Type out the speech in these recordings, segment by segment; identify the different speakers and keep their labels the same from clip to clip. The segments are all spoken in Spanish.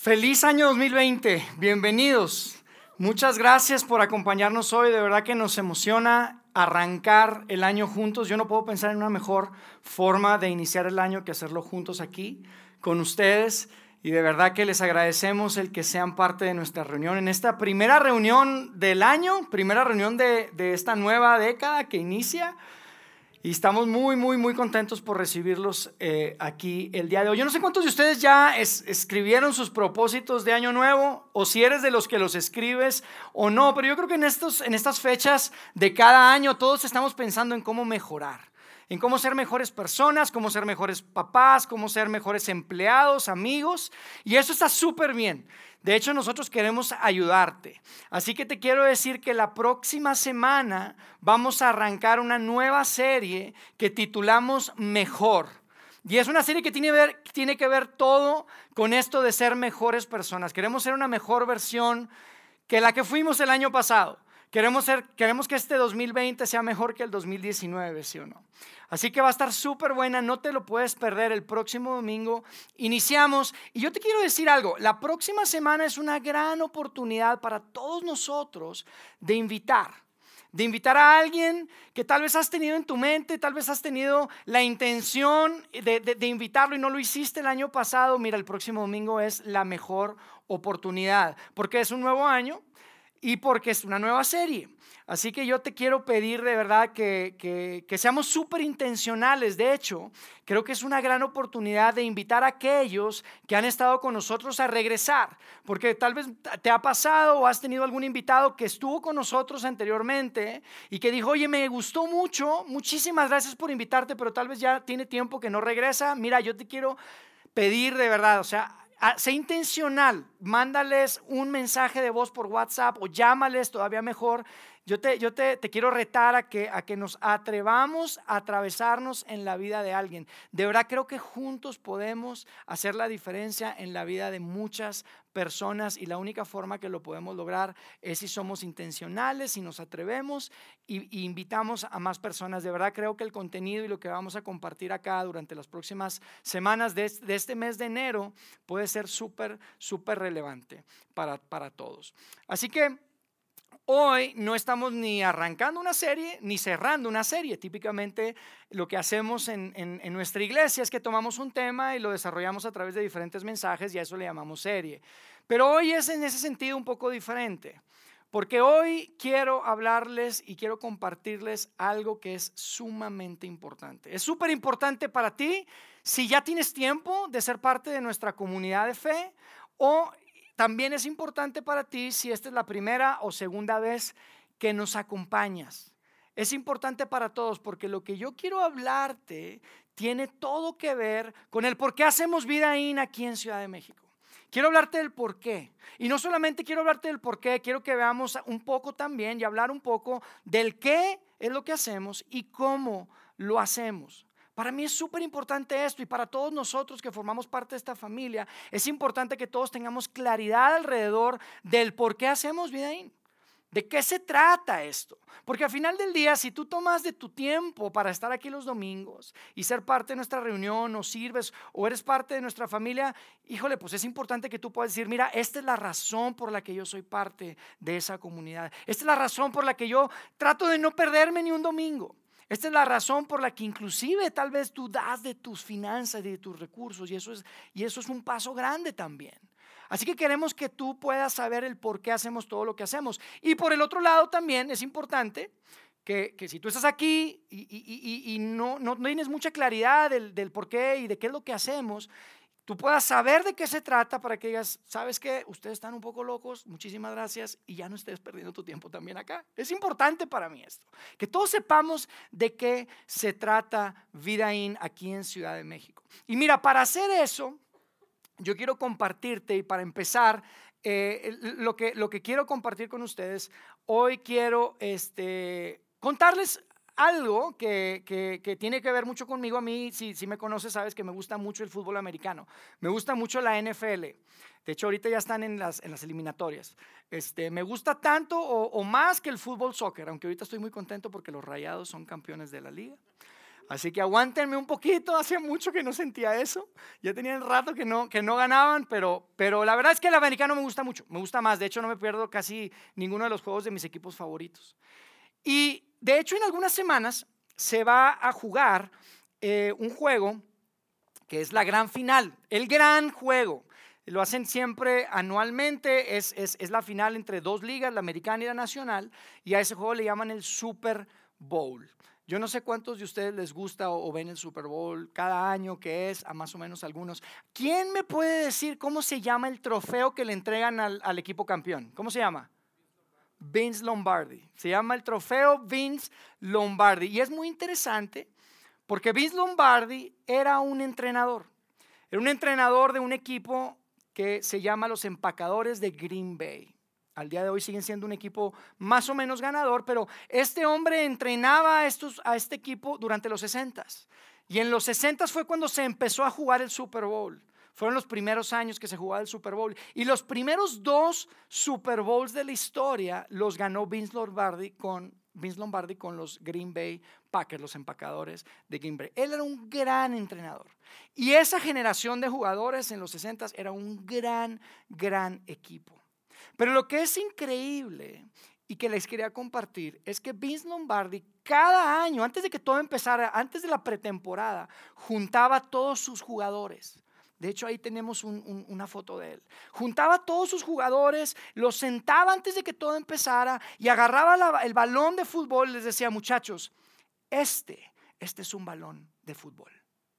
Speaker 1: Feliz año 2020, bienvenidos. Muchas gracias por acompañarnos hoy, de verdad que nos emociona arrancar el año juntos. Yo no puedo pensar en una mejor forma de iniciar el año que hacerlo juntos aquí con ustedes y de verdad que les agradecemos el que sean parte de nuestra reunión en esta primera reunión del año, primera reunión de esta nueva década que inicia. Y estamos muy contentos por recibirlos aquí el día de hoy. Yo no sé cuántos de ustedes ya escribieron sus propósitos de año nuevo o si eres de los que los escribes o no, pero yo creo que en estas fechas de cada año todos estamos pensando en cómo mejorar, en cómo ser mejores personas, cómo ser mejores papás, cómo ser mejores empleados, amigos, y eso está súper bien. De hecho, nosotros queremos ayudarte. Así que te quiero decir que la próxima semana vamos a arrancar una nueva serie que titulamos Mejor. Y es una serie que tiene que ver todo con esto de ser mejores personas. Queremos ser una mejor versión que la que fuimos el año pasado. Queremos que este 2020 sea mejor que el 2019, ¿sí o no? Así que va a estar súper buena, no te lo puedes perder. El próximo domingo iniciamos. Y yo te quiero decir algo, la próxima semana es una gran oportunidad para todos nosotros de invitar a alguien que tal vez has tenido en tu mente, tal vez has tenido la intención de invitarlo y no lo hiciste el año pasado. Mira, el próximo domingo es la mejor oportunidad, porque es un nuevo año y porque es una nueva serie. Así que yo te quiero pedir de verdad que seamos súper intencionales. De hecho, creo que es una gran oportunidad de invitar a aquellos que han estado con nosotros a regresar, porque tal vez te ha pasado o has tenido algún invitado que estuvo con nosotros anteriormente y que dijo, oye, me gustó mucho, muchísimas gracias por invitarte, pero tal vez ya tiene tiempo que no regresa. Mira, yo te quiero pedir de verdad, o sea, sé intencional, mándales un mensaje de voz por WhatsApp o llámales, todavía mejor. Yo te quiero retar a que nos atrevamos a atravesarnos en la vida de alguien. De verdad creo que juntos podemos hacer la diferencia en la vida de muchas personas y la única forma que lo podemos lograr es si somos intencionales, si nos atrevemos y invitamos a más personas. De verdad creo que el contenido y lo que vamos a compartir acá durante las próximas semanas de este mes de enero puede ser súper relevante para todos. Así que hoy no estamos ni arrancando una serie ni cerrando una serie. Típicamente lo que hacemos en nuestra iglesia es que tomamos un tema y lo desarrollamos a través de diferentes mensajes y a eso le llamamos serie. Pero hoy es en ese sentido un poco diferente, porque hoy quiero hablarles y quiero compartirles algo que es sumamente importante. Es súper importante para ti si ya tienes tiempo de ser parte de nuestra comunidad de fe o también es importante para ti si esta es la primera o segunda vez que nos acompañas. Es importante para todos porque lo que yo quiero hablarte tiene todo que ver con el por qué hacemos Vida In aquí en Ciudad de México. Quiero hablarte del por qué. Y no solamente quiero hablarte del por qué, quiero que veamos un poco también y hablar un poco del qué es lo que hacemos y cómo lo hacemos. Para mí es súper importante esto y para todos nosotros que formamos parte de esta familia, es importante que todos tengamos claridad alrededor del por qué hacemos Vida In. ¿De qué se trata esto? Porque al final del día, si tú tomas de tu tiempo para estar aquí los domingos y ser parte de nuestra reunión o sirves o eres parte de nuestra familia, híjole, pues es importante que tú puedas decir, mira, esta es la razón por la que yo soy parte de esa comunidad. Esta es la razón por la que yo trato de no perderme ni un domingo. Esta es la razón por la que inclusive tal vez tú das de tus finanzas y de tus recursos y eso es un paso grande también. Así que queremos que tú puedas saber el por qué hacemos todo lo que hacemos. Y por el otro lado también es importante que si tú estás aquí y no tienes mucha claridad del por qué y de qué es lo que hacemos, tú puedas saber de qué se trata para que digas, ¿sabes qué? Ustedes están un poco locos, muchísimas gracias y ya no estés perdiendo tu tiempo también acá. Es importante para mí esto, que todos sepamos de qué se trata Vida In aquí en Ciudad de México. Y mira, para hacer eso, yo quiero compartirte y para empezar, lo que quiero compartir con ustedes, hoy quiero contarles algo que tiene que ver mucho conmigo. A mí, si me conoces, sabes que me gusta mucho el fútbol americano, me gusta mucho la NFL. De hecho, ahorita ya están en las eliminatorias. Me gusta tanto o más que el fútbol soccer, aunque ahorita estoy muy contento porque los Rayados son campeones de la liga. Así que aguántenme un poquito, hacía mucho que no sentía eso. Ya tenía el rato que no ganaban, pero la verdad es que el americano me gusta mucho, me gusta más. De hecho, no me pierdo casi ninguno de los juegos de mis equipos favoritos. Y de hecho, en algunas semanas se va a jugar un juego que es la gran final, el gran juego. Lo hacen siempre anualmente, es la final entre dos ligas, la americana y la nacional, y a ese juego le llaman el Super Bowl. Yo no sé cuántos de ustedes les gusta o ven el Super Bowl cada año, que es a más o menos algunos. ¿Quién me puede decir cómo se llama el trofeo que le entregan al equipo campeón? ¿Cómo se llama? Vince Lombardi. Se llama el trofeo Vince Lombardi. Y es muy interesante porque Vince Lombardi era un entrenador. Era un entrenador de un equipo que se llama los Empacadores de Green Bay. Al día de hoy siguen siendo un equipo más o menos ganador, pero este hombre entrenaba a este equipo durante los 60s. Y en los 60s fue cuando se empezó a jugar el Super Bowl. Fueron los primeros años que se jugaba el Super Bowl. Y los primeros dos Super Bowls de la historia los ganó Vince Lombardi con los Green Bay Packers, los Empacadores de Green Bay. Él era un gran entrenador. Y esa generación de jugadores en los 60s era un gran equipo. Pero lo que es increíble y que les quería compartir es que Vince Lombardi cada año, antes de que todo empezara, antes de la pretemporada, juntaba a todos sus jugadores. De hecho, ahí tenemos una foto de él. Juntaba a todos sus jugadores, los sentaba antes de que todo empezara y agarraba el balón de fútbol y les decía, muchachos, este es un balón de fútbol.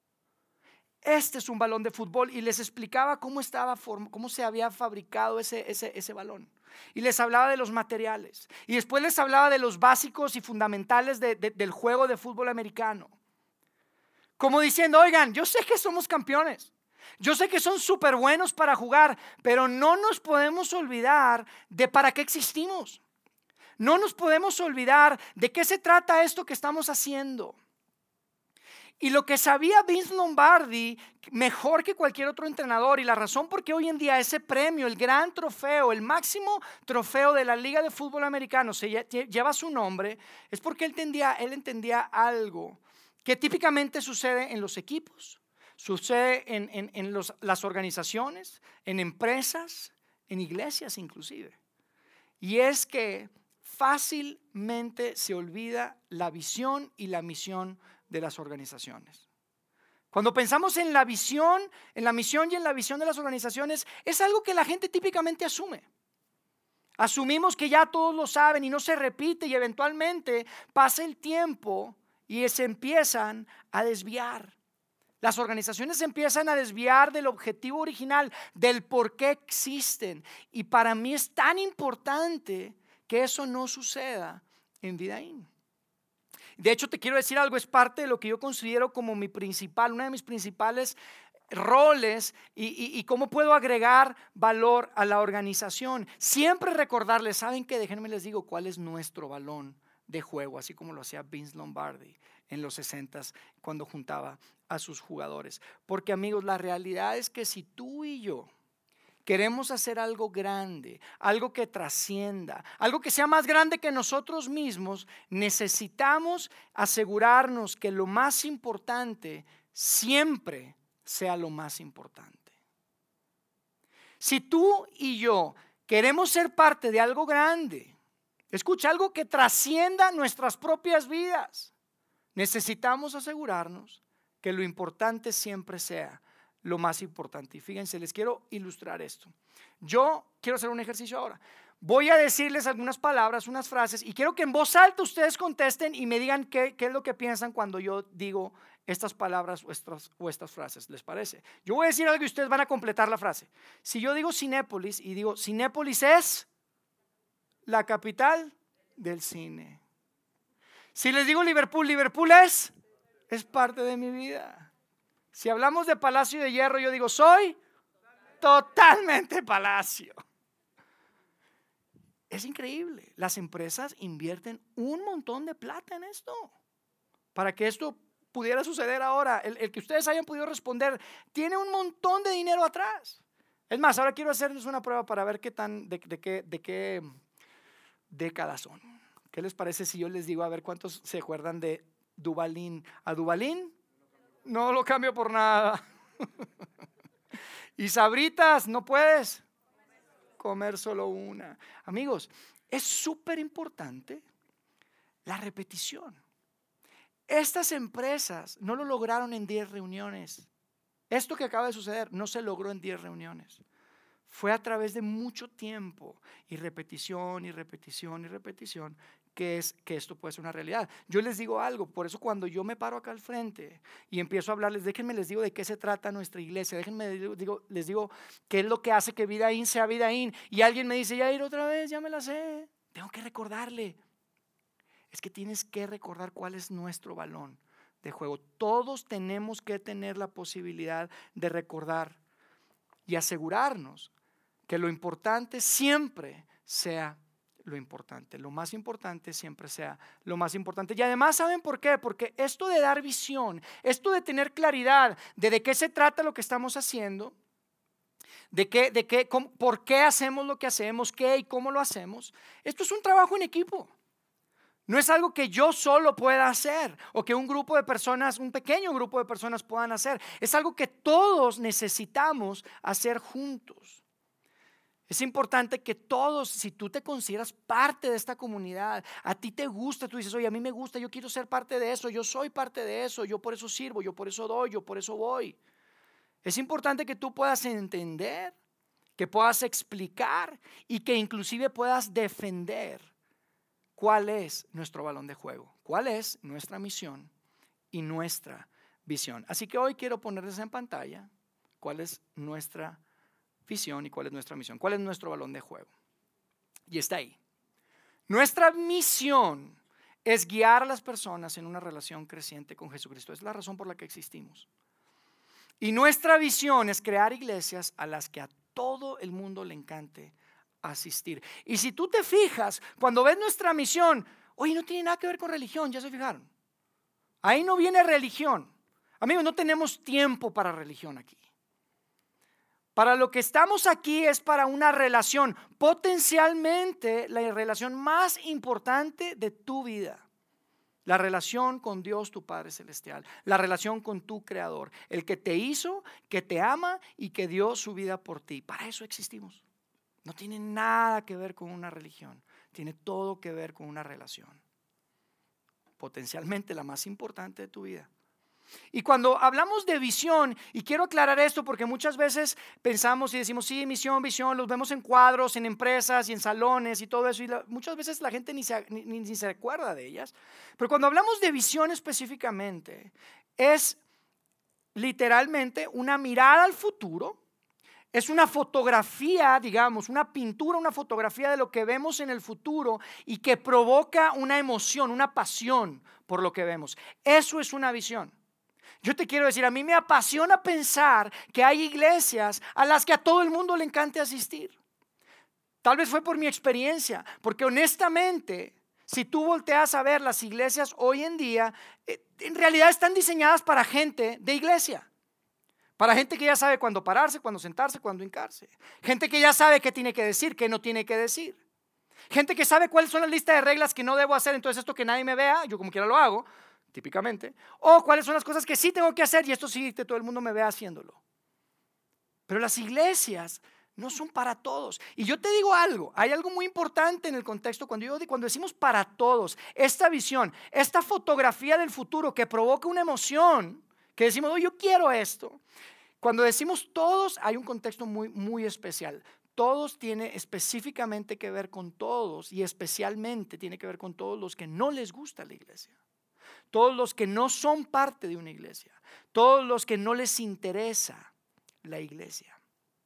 Speaker 1: Este es un balón de fútbol y les explicaba cómo se había fabricado ese balón. Y les hablaba de los materiales. Y después les hablaba de los básicos y fundamentales del juego de fútbol americano. Como diciendo, oigan, yo sé que somos campeones. Yo sé que son súper buenos para jugar, pero no nos podemos olvidar de para qué existimos. No nos podemos olvidar de qué se trata esto que estamos haciendo. Y lo que sabía Vince Lombardi mejor que cualquier otro entrenador, y la razón por qué hoy en día ese premio, el gran trofeo, el máximo trofeo de la Liga de Fútbol Americano lleva su nombre, es porque él entendía algo que típicamente sucede en los equipos, sucede en las organizaciones, en empresas, en iglesias inclusive. Y es que fácilmente se olvida la visión y la misión de las organizaciones. Cuando pensamos en la visión, en la misión y en la visión de las organizaciones, es algo que la gente típicamente asume. Asumimos que ya todos lo saben y no se repite y eventualmente pasa el tiempo y se empiezan a desviar. Las organizaciones se empiezan a desviar del objetivo original, del por qué existen. Y para mí es tan importante que eso no suceda en Vidaín. De hecho, te quiero decir algo, es parte de lo que yo considero como una de mis principales roles y cómo puedo agregar valor a la organización. Siempre recordarles, ¿saben qué? Déjenme les digo cuál es nuestro balón de juego, así como lo hacía Vince Lombardi en los 60s cuando juntaba a sus jugadores. Porque amigos, la realidad es que si tú y yo queremos hacer algo grande, algo que trascienda, algo que sea más grande que nosotros mismos, necesitamos asegurarnos que lo más importante siempre sea lo más importante. Si tú y yo queremos ser parte de algo grande, escucha, algo que trascienda nuestras propias vidas, necesitamos asegurarnos que lo importante siempre sea lo más importante. Y fíjense, les quiero ilustrar esto. Yo quiero hacer un ejercicio ahora. Voy a decirles algunas palabras, unas frases, y quiero que en voz alta ustedes contesten y me digan qué es lo que piensan cuando yo digo estas palabras o estas frases. ¿Les parece? Yo voy a decir algo y ustedes van a completar la frase. Si yo digo Cinépolis y digo Cinépolis es la capital del cine. Si les digo Liverpool, Liverpool es parte de mi vida. Si hablamos de Palacio de Hierro, yo digo, soy totalmente Palacio. Es increíble. Las empresas invierten un montón de plata en esto. Para que esto pudiera suceder ahora, el que ustedes hayan podido responder, tiene un montón de dinero atrás. Es más, ahora quiero hacerles una prueba para ver de qué décadas son. ¿Qué les parece si yo les digo a ver cuántos se acuerdan de Duvalín. ¿A Duvalín? No lo cambio por nada. Y Sabritas, no puedes comer solo una. Amigos, es súper importante la repetición. Estas empresas no lo lograron en 10 reuniones. Esto que acaba de suceder no se logró en 10 reuniones. Fue a través de mucho tiempo y repetición y repetición y repetición que esto puede ser una realidad. Yo les digo algo, por eso cuando yo me paro acá al frente y empiezo a hablarles, déjenme les digo de qué se trata nuestra iglesia, déjenme les digo qué es lo que hace que Vidaín sea Vidaín, y alguien me dice, ya ir otra vez, ya me la sé, tengo que recordarle. Es que tienes que recordar cuál es nuestro balón de juego. Todos tenemos que tener la posibilidad de recordar y asegurarnos que lo importante siempre sea lo importante, lo más importante siempre sea lo más importante. Y además, ¿saben por qué? Porque esto de dar visión, esto de tener claridad de qué se trata lo que estamos haciendo, por qué hacemos lo que hacemos, qué y cómo lo hacemos, esto es un trabajo en equipo. No es algo que yo solo pueda hacer o que un grupo de personas, un pequeño grupo de personas puedan hacer. Es algo que todos necesitamos hacer juntos. Es importante que todos, si tú te consideras parte de esta comunidad, a ti te gusta, tú dices, oye, a mí me gusta, yo quiero ser parte de eso, yo soy parte de eso, yo por eso sirvo, yo por eso doy, yo por eso voy. Es importante que tú puedas entender, que puedas explicar y que inclusive puedas defender cuál es nuestro balón de juego, cuál es nuestra misión y nuestra visión. Así que hoy quiero ponerles en pantalla cuál es nuestra visión y cuál es nuestra misión, cuál es nuestro balón de juego. Y está ahí. Nuestra misión es guiar a las personas en una relación creciente con Jesucristo. Es la razón por la que existimos. Y nuestra visión es crear iglesias a las que a todo el mundo le encante asistir. Y si tú te fijas, cuando ves nuestra misión, oye, no tiene nada que ver con religión, ya se fijaron. Ahí no viene religión. Amigos, no tenemos tiempo para religión aquí. Para lo que estamos aquí es para una relación, potencialmente la relación más importante de tu vida. La relación con Dios tu Padre Celestial, la relación con tu Creador, el que te hizo, que te ama y que dio su vida por ti. Para eso existimos. No tiene nada que ver con una religión, tiene todo que ver con una relación, potencialmente la más importante de tu vida. Y cuando hablamos de visión, y quiero aclarar esto porque muchas veces pensamos y decimos, sí, misión, visión, los vemos en cuadros, en empresas y en salones y todo eso, y muchas veces la gente ni se acuerda de ellas. Pero cuando hablamos de visión específicamente, es literalmente una mirada al futuro. Es una fotografía, digamos, una pintura, una fotografía de lo que vemos en el futuro y que provoca una emoción, una pasión por lo que vemos. Eso es una visión. Yo te quiero decir, a mí me apasiona pensar que hay iglesias a las que a todo el mundo le encante asistir. Tal vez fue por mi experiencia, porque honestamente, si tú volteas a ver las iglesias hoy en día, en realidad están diseñadas para gente de iglesia. Para gente que ya sabe cuándo pararse, cuándo sentarse, cuándo hincarse. Gente que ya sabe qué tiene que decir, qué no tiene que decir. Gente que sabe cuáles son las listas de reglas que no debo hacer, entonces esto que nadie me vea, yo como quiera lo hago, típicamente. O cuáles son las cosas que sí tengo que hacer y esto sí que todo el mundo me vea haciéndolo. Pero las iglesias no son para todos. Y yo te digo algo, hay algo muy importante en el contexto cuando decimos para todos, esta visión, esta fotografía del futuro que provoca una emoción, que decimos, oh, yo quiero esto. Cuando decimos todos, hay un contexto muy, muy especial. Todos tiene específicamente que ver con todos y especialmente tiene que ver con todos los que no les gusta la iglesia. Todos los que no son parte de una iglesia. Todos los que no les interesa la iglesia.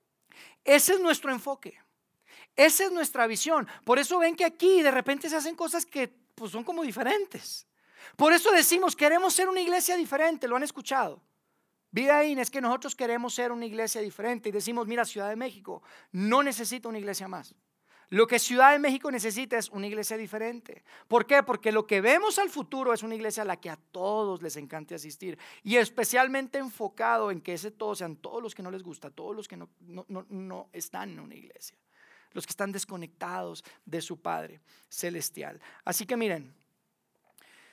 Speaker 1: Ese es nuestro enfoque. Esa es nuestra visión. Por eso ven que aquí de repente se hacen cosas que pues, son como diferentes. Por eso decimos, queremos ser una iglesia diferente. ¿Lo han escuchado? Vidaín, es que nosotros queremos ser una iglesia diferente y decimos, mira, Ciudad de México no necesita una iglesia más. Lo que Ciudad de México necesita es una iglesia diferente. ¿Por qué? Porque lo que vemos al futuro es una iglesia a la que a todos les encante asistir y especialmente enfocado en que ese todos sean todos los que no les gusta, todos los que no están en una iglesia, los que están desconectados de su Padre Celestial. Así que miren,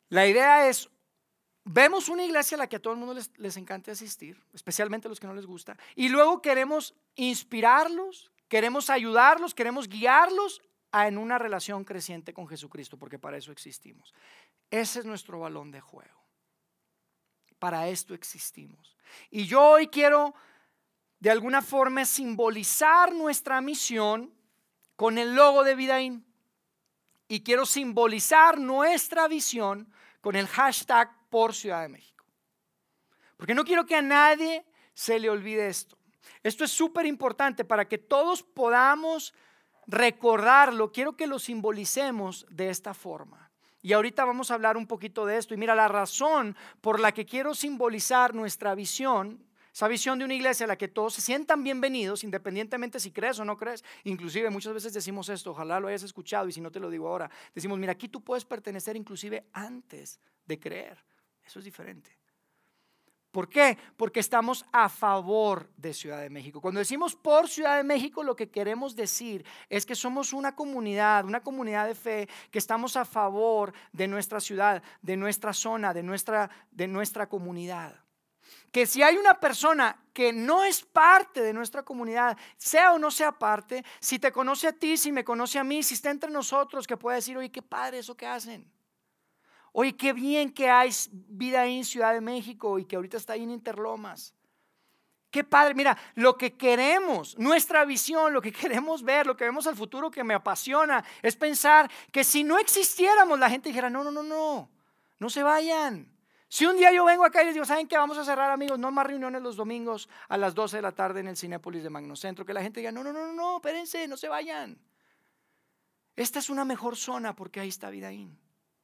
Speaker 1: La idea es, vemos una iglesia a la que a todo el mundo les encanta asistir, especialmente a los que no les gusta, y luego queremos inspirarlos, queremos ayudarlos, queremos guiarlos en una relación creciente con Jesucristo, porque para eso existimos. Ese es nuestro balón de juego. Para esto existimos. Y yo hoy quiero de alguna forma simbolizar nuestra misión con el logo de Vidaín. Y quiero simbolizar nuestra visión con el hashtag por Ciudad de México. Porque no quiero que a nadie se le olvide esto. Esto es súper importante para que todos podamos recordarlo. Quiero que lo simbolicemos de esta forma. Y ahorita vamos a hablar un poquito de esto. Y mira, la razón por la que quiero simbolizar nuestra visión, esa visión de una iglesia en la que todos se sientan bienvenidos, independientemente si crees o no crees. Inclusive muchas veces decimos esto, ojalá lo hayas escuchado, y si no te lo digo ahora, decimos, mira, aquí tú puedes pertenecer inclusive antes de creer. Eso es diferente. ¿Por qué? Porque estamos a favor de Ciudad de México. Cuando decimos por Ciudad de México, lo que queremos decir es que somos una comunidad de fe, que estamos a favor de nuestra ciudad, de nuestra zona, de nuestra comunidad. Que si hay una persona que no es parte de nuestra comunidad, sea o no sea parte, si te conoce a ti, si me conoce a mí, si está entre nosotros, que pueda decir, oye, qué padre eso que hacen. Oye, qué bien que hay vida ahí en Ciudad de México y que ahorita está ahí en Interlomas. Qué padre, mira, lo que queremos, nuestra visión, lo que queremos ver, lo que vemos al futuro que me apasiona, es pensar que si no existiéramos, la gente dijera, no se vayan. Si un día yo vengo acá y les digo, ¿saben qué? Vamos a cerrar, amigos, no más reuniones los domingos a las 12 de la tarde en el Cinépolis de Magnocentro, que la gente diga, no, espérense, no se vayan. Esta es una mejor zona porque ahí está Vidaín.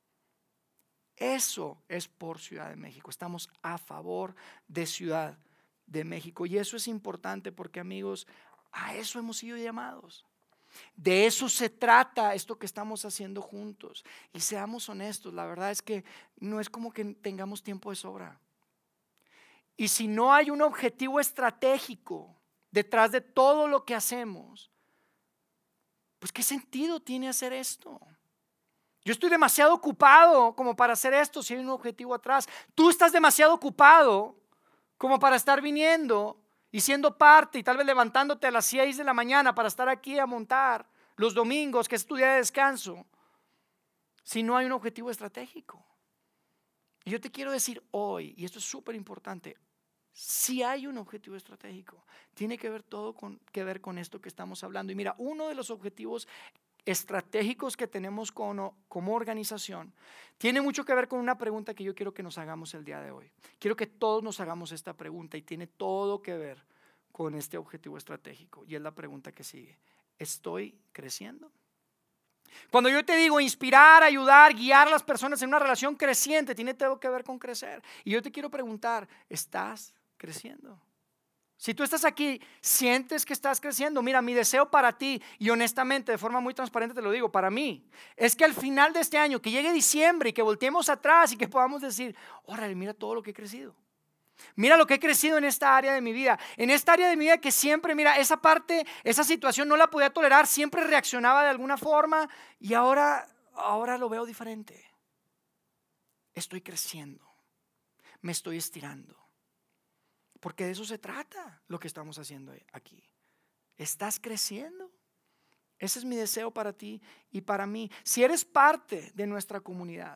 Speaker 1: Eso es por Ciudad de México. Estamos a favor de Ciudad de México. Y eso es importante porque, amigos, a eso hemos sido llamados. De eso se trata esto que estamos haciendo juntos. Y seamos honestos, la verdad es que no es como que tengamos tiempo de sobra. Y si no hay un objetivo estratégico detrás de todo lo que hacemos, pues ¿qué sentido tiene hacer esto? Yo estoy demasiado ocupado como para hacer esto si hay un objetivo atrás. Tú estás demasiado ocupado como para estar viniendo y siendo parte y tal vez levantándote a las 6 de la mañana para estar aquí a montar los domingos, que es tu día de descanso, si no hay un objetivo estratégico. Y yo te quiero decir hoy, y esto es súper importante, si hay un objetivo estratégico, tiene que ver todo que ver con esto que estamos hablando. Y mira, uno de los objetivos estratégicos que tenemos como organización tiene mucho que ver con una pregunta que yo quiero que nos hagamos el día de hoy. Quiero que todos nos hagamos esta pregunta y tiene todo que ver con este objetivo estratégico, y es la pregunta que sigue: ¿estoy creciendo? Cuando yo te digo inspirar, ayudar, guiar a las personas en una relación creciente, tiene todo que ver con crecer. Y yo te quiero preguntar, ¿estás creciendo? Si tú estás aquí, sientes que estás creciendo. Mira, mi deseo para ti, y honestamente, de forma muy transparente te lo digo, para mí, es que al final de este año, que llegue diciembre y que volteemos atrás y que podamos decir, órale, mira todo lo que he crecido. Mira lo que he crecido en esta área de mi vida. En esta área de mi vida que siempre, mira, esa parte, esa situación no la podía tolerar, siempre reaccionaba de alguna forma y ahora lo veo diferente. Estoy creciendo, me estoy estirando. Porque de eso se trata lo que estamos haciendo aquí. ¿Estás creciendo? Ese es mi deseo para ti y para mí. Si eres parte de nuestra comunidad,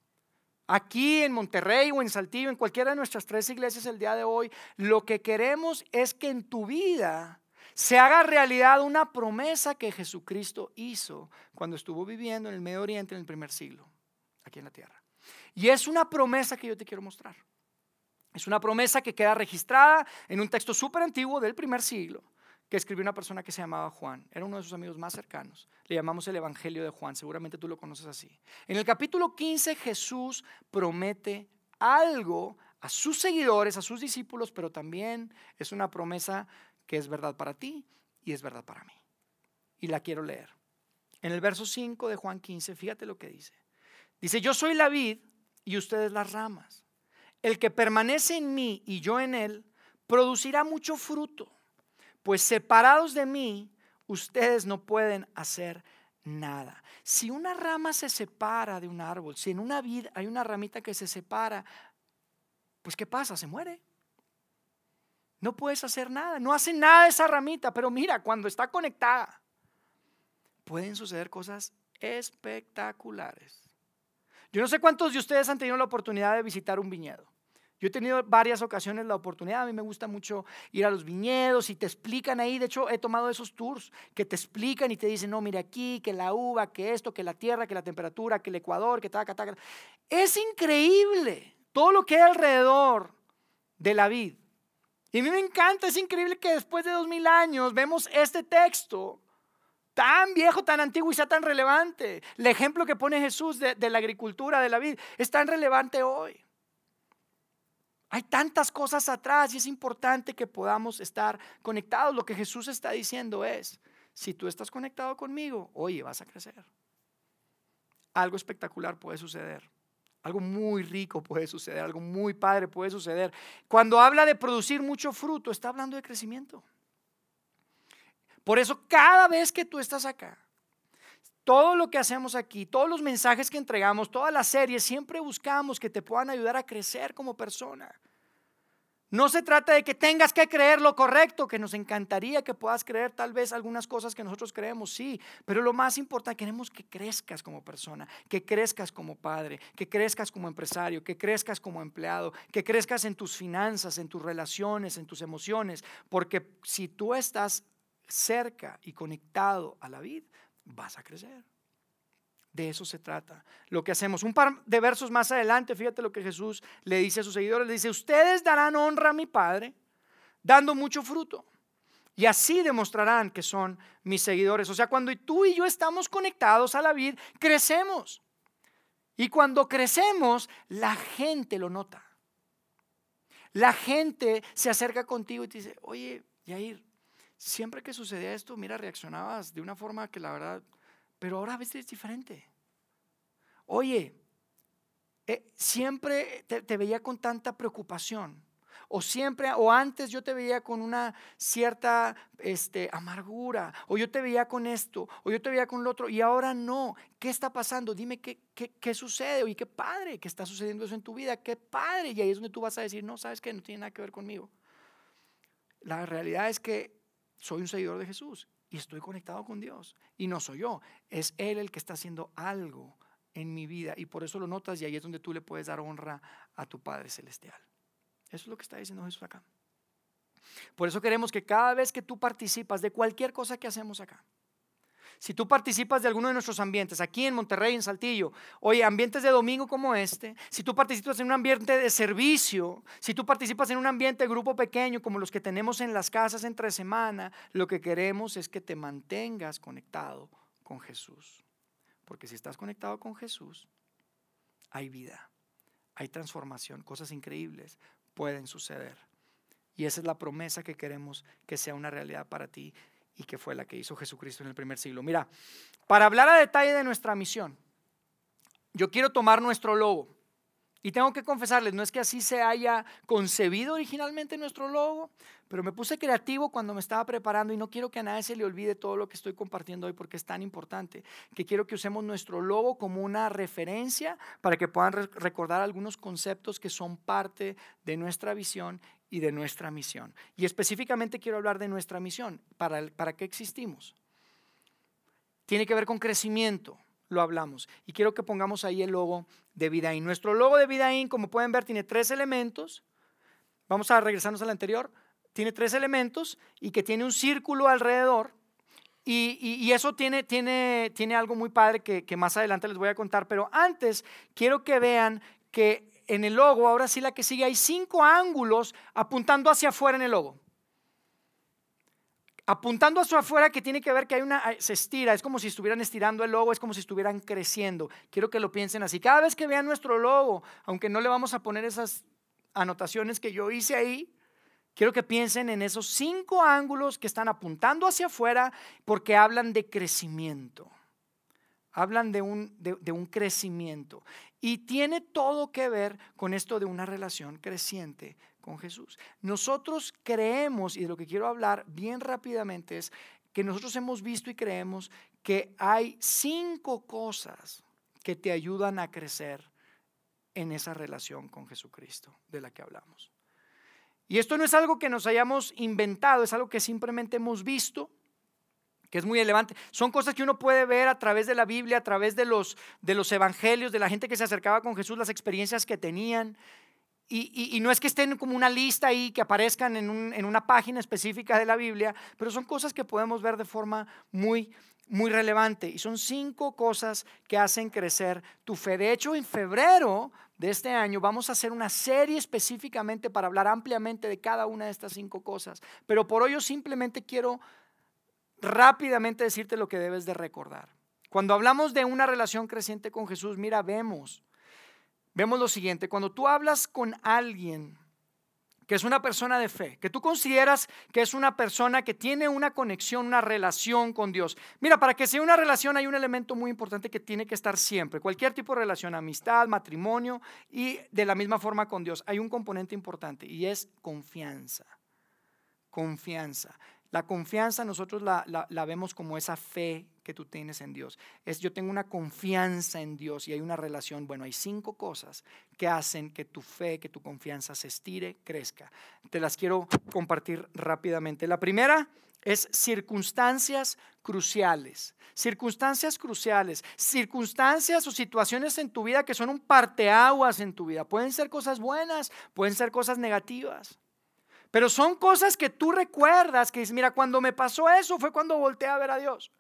Speaker 1: aquí en Monterrey o en Saltillo, en cualquiera de nuestras 3 iglesias el día de hoy, lo que queremos es que en tu vida se haga realidad una promesa que Jesucristo hizo cuando estuvo viviendo en el Medio Oriente en el primer siglo, aquí en la tierra. Y es una promesa que yo te quiero mostrar. Es una promesa que queda registrada en un texto súper antiguo del primer siglo que escribió una persona que se llamaba Juan. Era uno de sus amigos más cercanos. Le llamamos el Evangelio de Juan. Seguramente tú lo conoces así. En el capítulo 15 Jesús promete algo a sus seguidores, a sus discípulos, pero también es una promesa que es verdad para ti y es verdad para mí. Y la quiero leer. En el verso 5 de Juan 15, fíjate lo que dice. Dice, yo soy la vid y ustedes las ramas. El que permanece en mí y yo en él, producirá mucho fruto, pues separados de mí, ustedes no pueden hacer nada. Si una rama se separa de un árbol, si en una vid hay una ramita que se separa, pues ¿qué pasa? Se muere. No puedes hacer nada, no hace nada esa ramita, pero mira, cuando está conectada, pueden suceder cosas espectaculares. Yo no sé cuántos de ustedes han tenido la oportunidad de visitar un viñedo. Yo he tenido varias ocasiones la oportunidad, a mí me gusta mucho ir a los viñedos y te explican ahí, de hecho he tomado esos tours que te explican y te dicen, no, mire aquí, que la uva, que esto, que la tierra, que la temperatura, que el Ecuador, que taca, taca. Es increíble todo lo que hay alrededor de la vid. Y a mí me encanta, es increíble que después de 2000 años vemos este texto tan viejo, tan antiguo y sea tan relevante. El ejemplo que pone Jesús de la agricultura, de la vid, es tan relevante hoy. Hay tantas cosas atrás y es importante que podamos estar conectados. Lo que Jesús está diciendo es, si tú estás conectado conmigo, oye, vas a crecer. Algo espectacular puede suceder. Algo muy rico puede suceder, algo muy padre puede suceder. Cuando habla de producir mucho fruto, está hablando de crecimiento. Por eso cada vez que tú estás acá, todo lo que hacemos aquí, todos los mensajes que entregamos, todas las series, siempre buscamos que te puedan ayudar a crecer como persona. No se trata de que tengas que creer lo correcto, que nos encantaría que puedas creer tal vez algunas cosas que nosotros creemos, sí, pero lo más importante, queremos que crezcas como persona, que crezcas como padre, que crezcas como empresario, que crezcas como empleado, que crezcas en tus finanzas, en tus relaciones, en tus emociones, porque si tú estás cerca y conectado a la vid, vas a crecer. De eso se trata lo que hacemos. Un par de versos más adelante, fíjate lo que Jesús le dice a sus seguidores. Le dice, ustedes darán honra a mi Padre dando mucho fruto y así demostrarán que son mis seguidores. O sea, cuando tú y yo estamos conectados a la vid, crecemos. Y cuando crecemos, la gente lo nota. La gente se acerca contigo y te dice, oye, Yair, siempre que sucedía esto, mira, reaccionabas de una forma que la verdad, pero ahora a veces es diferente. Oye, siempre te veía con tanta preocupación. O siempre, o antes yo te veía con una cierta amargura, o yo te veía con esto, o yo te veía con lo otro, y ahora no. ¿Qué está pasando? Dime qué sucede. Oye, qué padre que está sucediendo eso en tu vida, qué padre. Y ahí es donde tú vas a decir, no, sabes que no tiene nada que ver conmigo. La realidad es que soy un seguidor de Jesús y estoy conectado con Dios. Y no soy yo, es Él el que está haciendo algo en mi vida. Y por eso lo notas y ahí es donde tú le puedes dar honra a tu Padre Celestial. Eso es lo que está diciendo Jesús acá. Por eso queremos que cada vez que tú participas de cualquier cosa que hacemos acá, si tú participas de alguno de nuestros ambientes, aquí en Monterrey, en Saltillo, oye, ambientes de domingo como este, si tú participas en un ambiente de servicio, si tú participas en un ambiente de grupo pequeño como los que tenemos en las casas entre semana, lo que queremos es que te mantengas conectado con Jesús. Porque si estás conectado con Jesús, hay vida, hay transformación, cosas increíbles pueden suceder. Y esa es la promesa que queremos que sea una realidad para ti y que fue la que hizo Jesucristo en el primer siglo. Mira, para hablar a detalle de nuestra misión, yo quiero tomar nuestro logo. Y tengo que confesarles, no es que así se haya concebido originalmente nuestro logo, pero me puse creativo cuando me estaba preparando y no quiero que a nadie se le olvide todo lo que estoy compartiendo hoy porque es tan importante, que quiero que usemos nuestro logo como una referencia para que puedan recordar algunos conceptos que son parte de nuestra visión y de nuestra misión. Y específicamente quiero hablar de nuestra misión. ¿Para qué existimos? Tiene que ver con crecimiento. Lo hablamos y quiero que pongamos ahí el logo de Vidaín. Nuestro logo de Vidaín, como pueden ver, tiene 3 elementos. Vamos a regresarnos al anterior. Tiene 3 elementos y que tiene un círculo alrededor y eso tiene algo muy padre que más adelante les voy a contar, pero antes quiero que vean que en el logo, ahora sí la que sigue, hay 5 ángulos apuntando hacia afuera en el logo. Apuntando hacia afuera, que tiene que ver que se estira, es como si estuvieran estirando el logo, es como si estuvieran creciendo. Quiero que lo piensen así. Cada vez que vean nuestro logo, aunque no le vamos a poner esas anotaciones que yo hice ahí, quiero que piensen en esos 5 ángulos que están apuntando hacia afuera porque hablan de crecimiento. Hablan de un crecimiento y tiene todo que ver con esto de una relación creciente con Jesús. Nosotros creemos, y de lo que quiero hablar bien rápidamente es que nosotros hemos visto y creemos que hay 5 cosas que te ayudan a crecer en esa relación con Jesucristo de la que hablamos. Y esto no es algo que nos hayamos inventado, es algo que simplemente hemos visto, que es muy relevante. Son cosas que uno puede ver a través de la Biblia, a través de los evangelios, de la gente que se acercaba con Jesús, las experiencias que tenían. Y no es que estén como una lista ahí, que aparezcan en una página específica de la Biblia, pero son cosas que podemos ver de forma muy relevante. Y son 5 cosas que hacen crecer tu fe. De hecho, en febrero de este año vamos a hacer una serie específicamente para hablar ampliamente de cada una de estas 5 cosas. Pero por hoy yo simplemente quiero rápidamente decirte lo que debes de recordar. Cuando hablamos de una relación creciente con Jesús, mira, vemos lo siguiente: cuando tú hablas con alguien que es una persona de fe, que tú consideras que es una persona que tiene una conexión, una relación con Dios. Mira, para que sea una relación hay un elemento muy importante que tiene que estar siempre. Cualquier tipo de relación, amistad, matrimonio, y de la misma forma con Dios, hay un componente importante y es confianza. Confianza. La confianza nosotros la vemos como esa fe que tú tienes en Dios. Yo tengo una confianza en Dios y hay una relación. Bueno, hay 5 cosas que hacen que tu fe, que tu confianza se estire, crezca. Te las quiero compartir rápidamente. La primera es circunstancias cruciales. Circunstancias cruciales. Circunstancias o situaciones en tu vida que son un parteaguas en tu vida. Pueden ser cosas buenas, pueden ser cosas negativas. Pero son cosas que tú recuerdas, que dices, mira, cuando me pasó eso fue cuando volteé a ver a Dios.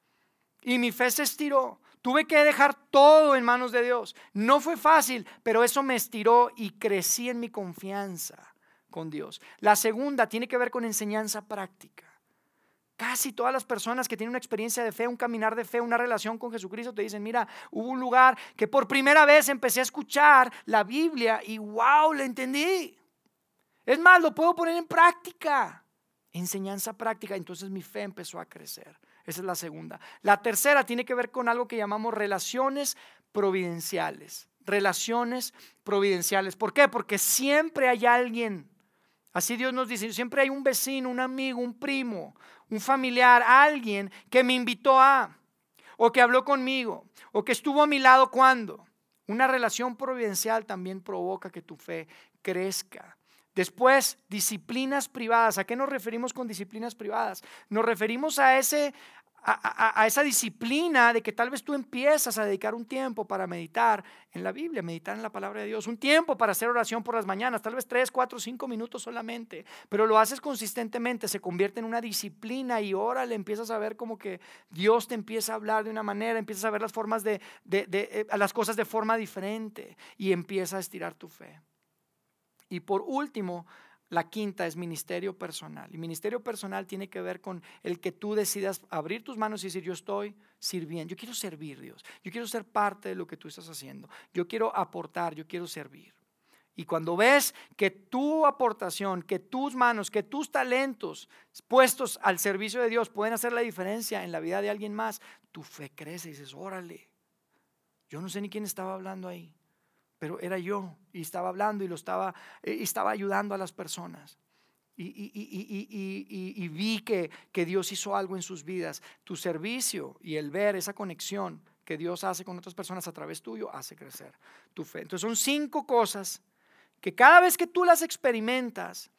Speaker 1: Y mi fe se estiró. Tuve que dejar todo en manos de Dios. No fue fácil, pero eso me estiró y crecí en mi confianza con Dios. La segunda tiene que ver con enseñanza práctica. Casi todas las personas que tienen una experiencia de fe, un caminar de fe, una relación con Jesucristo, te dicen, mira, hubo un lugar que por primera vez empecé a escuchar la Biblia y wow, le entendí. Es más, lo puedo poner en práctica. Enseñanza práctica. Entonces mi fe empezó a crecer. Esa es la segunda. La tercera tiene que ver con algo que llamamos relaciones providenciales. Relaciones providenciales. ¿Por qué? Porque siempre hay alguien. Así Dios nos dice, siempre hay un vecino, un amigo, un primo, un familiar, alguien que me invitó a, o que habló conmigo, o que estuvo a mi lado cuando. Una relación providencial también provoca que tu fe crezca. Después, disciplinas privadas. ¿A qué nos referimos con disciplinas privadas? Nos referimos a esa disciplina de que tal vez tú empiezas a dedicar un tiempo para meditar en la Biblia, meditar en la palabra de Dios, un tiempo para hacer oración por las mañanas, tal vez 3, 4, 5 minutos solamente, pero lo haces consistentemente, se convierte en una disciplina y órale, empiezas a ver como que Dios te empieza a hablar de una manera, empiezas a ver las formas las cosas de forma diferente y empieza a estirar tu fe. Y por último, la quinta es ministerio personal. Y ministerio personal tiene que ver con el que tú decidas abrir tus manos y decir, yo estoy sirviendo, yo quiero servir, Dios. Yo quiero ser parte de lo que tú estás haciendo. Yo quiero aportar, yo quiero servir. Y cuando ves que tu aportación, que tus manos, que tus talentos puestos al servicio de Dios pueden hacer la diferencia en la vida de alguien más, tu fe crece y dices, órale, yo no sé ni quién estaba hablando ahí. Pero era yo y estaba hablando y estaba ayudando a las personas. Y vi que Dios hizo algo en sus vidas. Tu servicio y el ver esa conexión que Dios hace con otras personas a través tuyo hace crecer tu fe. Entonces son 5 cosas que cada vez que tú las experimentas,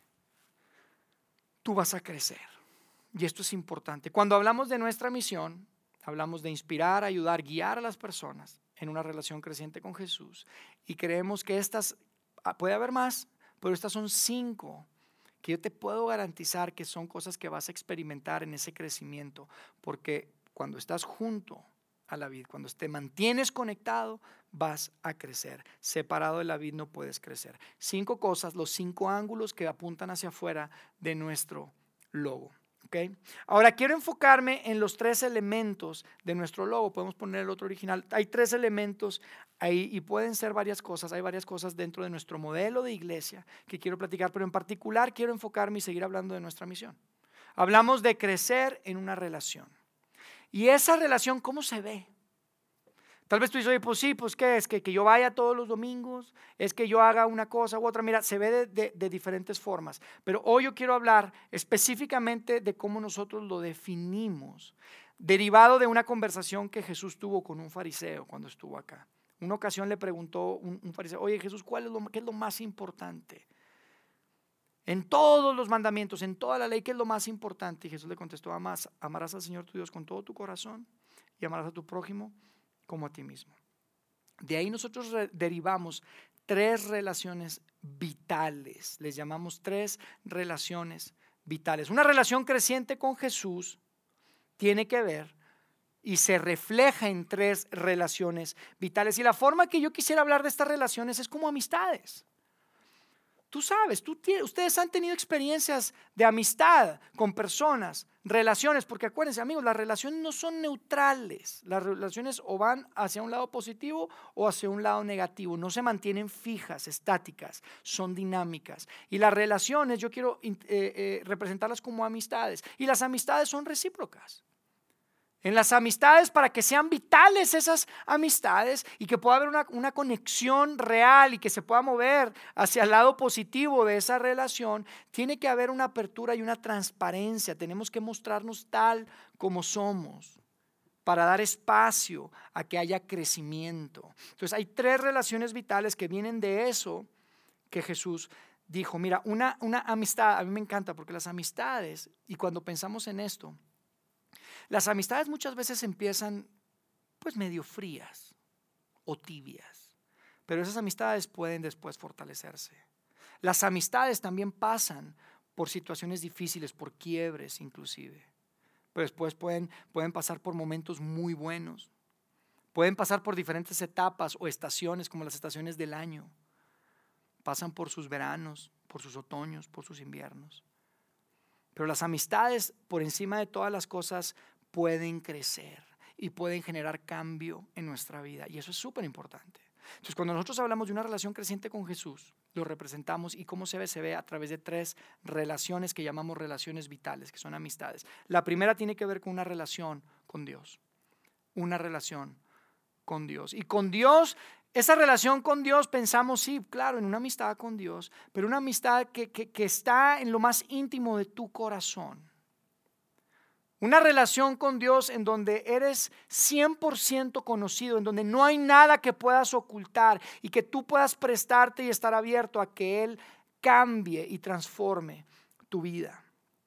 Speaker 1: tú vas a crecer. Y esto es importante. Cuando hablamos de nuestra misión, hablamos de inspirar, ayudar, guiar a las personas en una relación creciente con Jesús. Y creemos que puede haber más, pero estas son 5 que yo te puedo garantizar que son cosas que vas a experimentar en ese crecimiento. Porque cuando estás junto a la vid, cuando te mantienes conectado, vas a crecer. Separado de la vid no puedes crecer. 5 cosas, los 5 ángulos que apuntan hacia afuera de nuestro logo. Okay. Ahora quiero enfocarme en los 3 elementos de nuestro logo. Podemos poner el otro original. Hay 3 elementos ahí y pueden ser varias cosas. Hay varias cosas dentro de nuestro modelo de iglesia que quiero platicar, pero en particular quiero enfocarme y seguir hablando de nuestra misión. Hablamos de crecer en una relación. Y esa relación, ¿cómo se ve? Tal vez tú dices, oye, pues sí, pues ¿qué es? ¿Que yo vaya todos los domingos? ¿Es que yo haga una cosa u otra? Mira, se ve de diferentes formas. Pero hoy yo quiero hablar específicamente de cómo nosotros lo definimos, derivado de una conversación que Jesús tuvo con un fariseo cuando estuvo acá. Una ocasión le preguntó un fariseo, oye Jesús, ¿qué es lo más importante? En todos los mandamientos, en toda la ley, ¿qué es lo más importante? Y Jesús le contestó, amarás al Señor tu Dios con todo tu corazón y amarás a tu prójimo como a ti mismo. De ahí nosotros derivamos 3 relaciones vitales, les llamamos 3 relaciones vitales. Una relación creciente con Jesús tiene que ver y se refleja en 3 relaciones vitales. Y la forma que yo quisiera hablar de estas relaciones es como amistades. Tú sabes, ustedes han tenido experiencias de amistad con personas, relaciones, porque acuérdense amigos, las relaciones no son neutrales, las relaciones o van hacia un lado positivo o hacia un lado negativo, no se mantienen fijas, estáticas, son dinámicas. Y las relaciones yo quiero representarlas como amistades y las amistades son recíprocas. En las amistades, para que sean vitales esas amistades y que pueda haber una conexión real y que se pueda mover hacia el lado positivo de esa relación, tiene que haber una apertura y una transparencia. Tenemos que mostrarnos tal como somos para dar espacio a que haya crecimiento. Entonces hay 3 relaciones vitales que vienen de eso que Jesús dijo. Mira, una amistad, a mí me encanta porque las amistades, y cuando pensamos en esto, las amistades muchas veces empiezan pues medio frías o tibias, pero esas amistades pueden después fortalecerse. Las amistades también pasan por situaciones difíciles, por quiebres inclusive, pero después pueden pasar por momentos muy buenos, pueden pasar por diferentes etapas o estaciones como las estaciones del año, pasan por sus veranos, por sus otoños, por sus inviernos. Pero las amistades por encima de todas las cosas pueden crecer y pueden generar cambio en nuestra vida. Y eso es súper importante. Entonces, cuando nosotros hablamos de una relación creciente con Jesús, lo representamos y cómo se ve a través de 3 relaciones que llamamos relaciones vitales, que son amistades. La primera tiene que ver con una relación con Dios. Una relación con Dios. Y con Dios, esa relación con Dios, pensamos, sí, claro, en una amistad con Dios, pero una amistad que está en lo más íntimo de tu corazón. Una relación con Dios en donde eres 100% conocido, en donde no hay nada que puedas ocultar y que tú puedas prestarte y estar abierto a que Él cambie y transforme tu vida.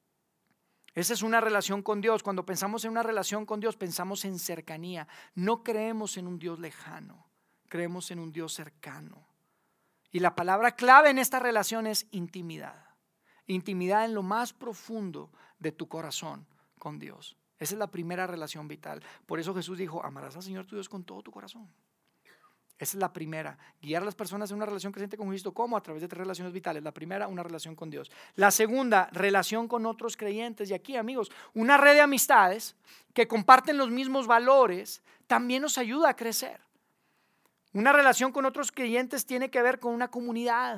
Speaker 1: Esa es una relación con Dios. Cuando pensamos en una relación con Dios, pensamos en cercanía. No creemos en un Dios lejano, creemos en un Dios cercano. Y la palabra clave en esta relación es intimidad. Intimidad en lo más profundo de tu corazón con Dios. Esa es la primera relación vital. Por eso Jesús dijo, amarás al Señor tu Dios con todo tu corazón. Esa es la primera. Guiar a las personas en una relación creciente con Cristo. ¿Cómo? A través de 3 relaciones vitales. La primera, una relación con Dios. La segunda, relación con otros creyentes. Y aquí, amigos, una red de amistades que comparten los mismos valores también nos ayuda a crecer. Una relación con otros creyentes tiene que ver con una comunidad.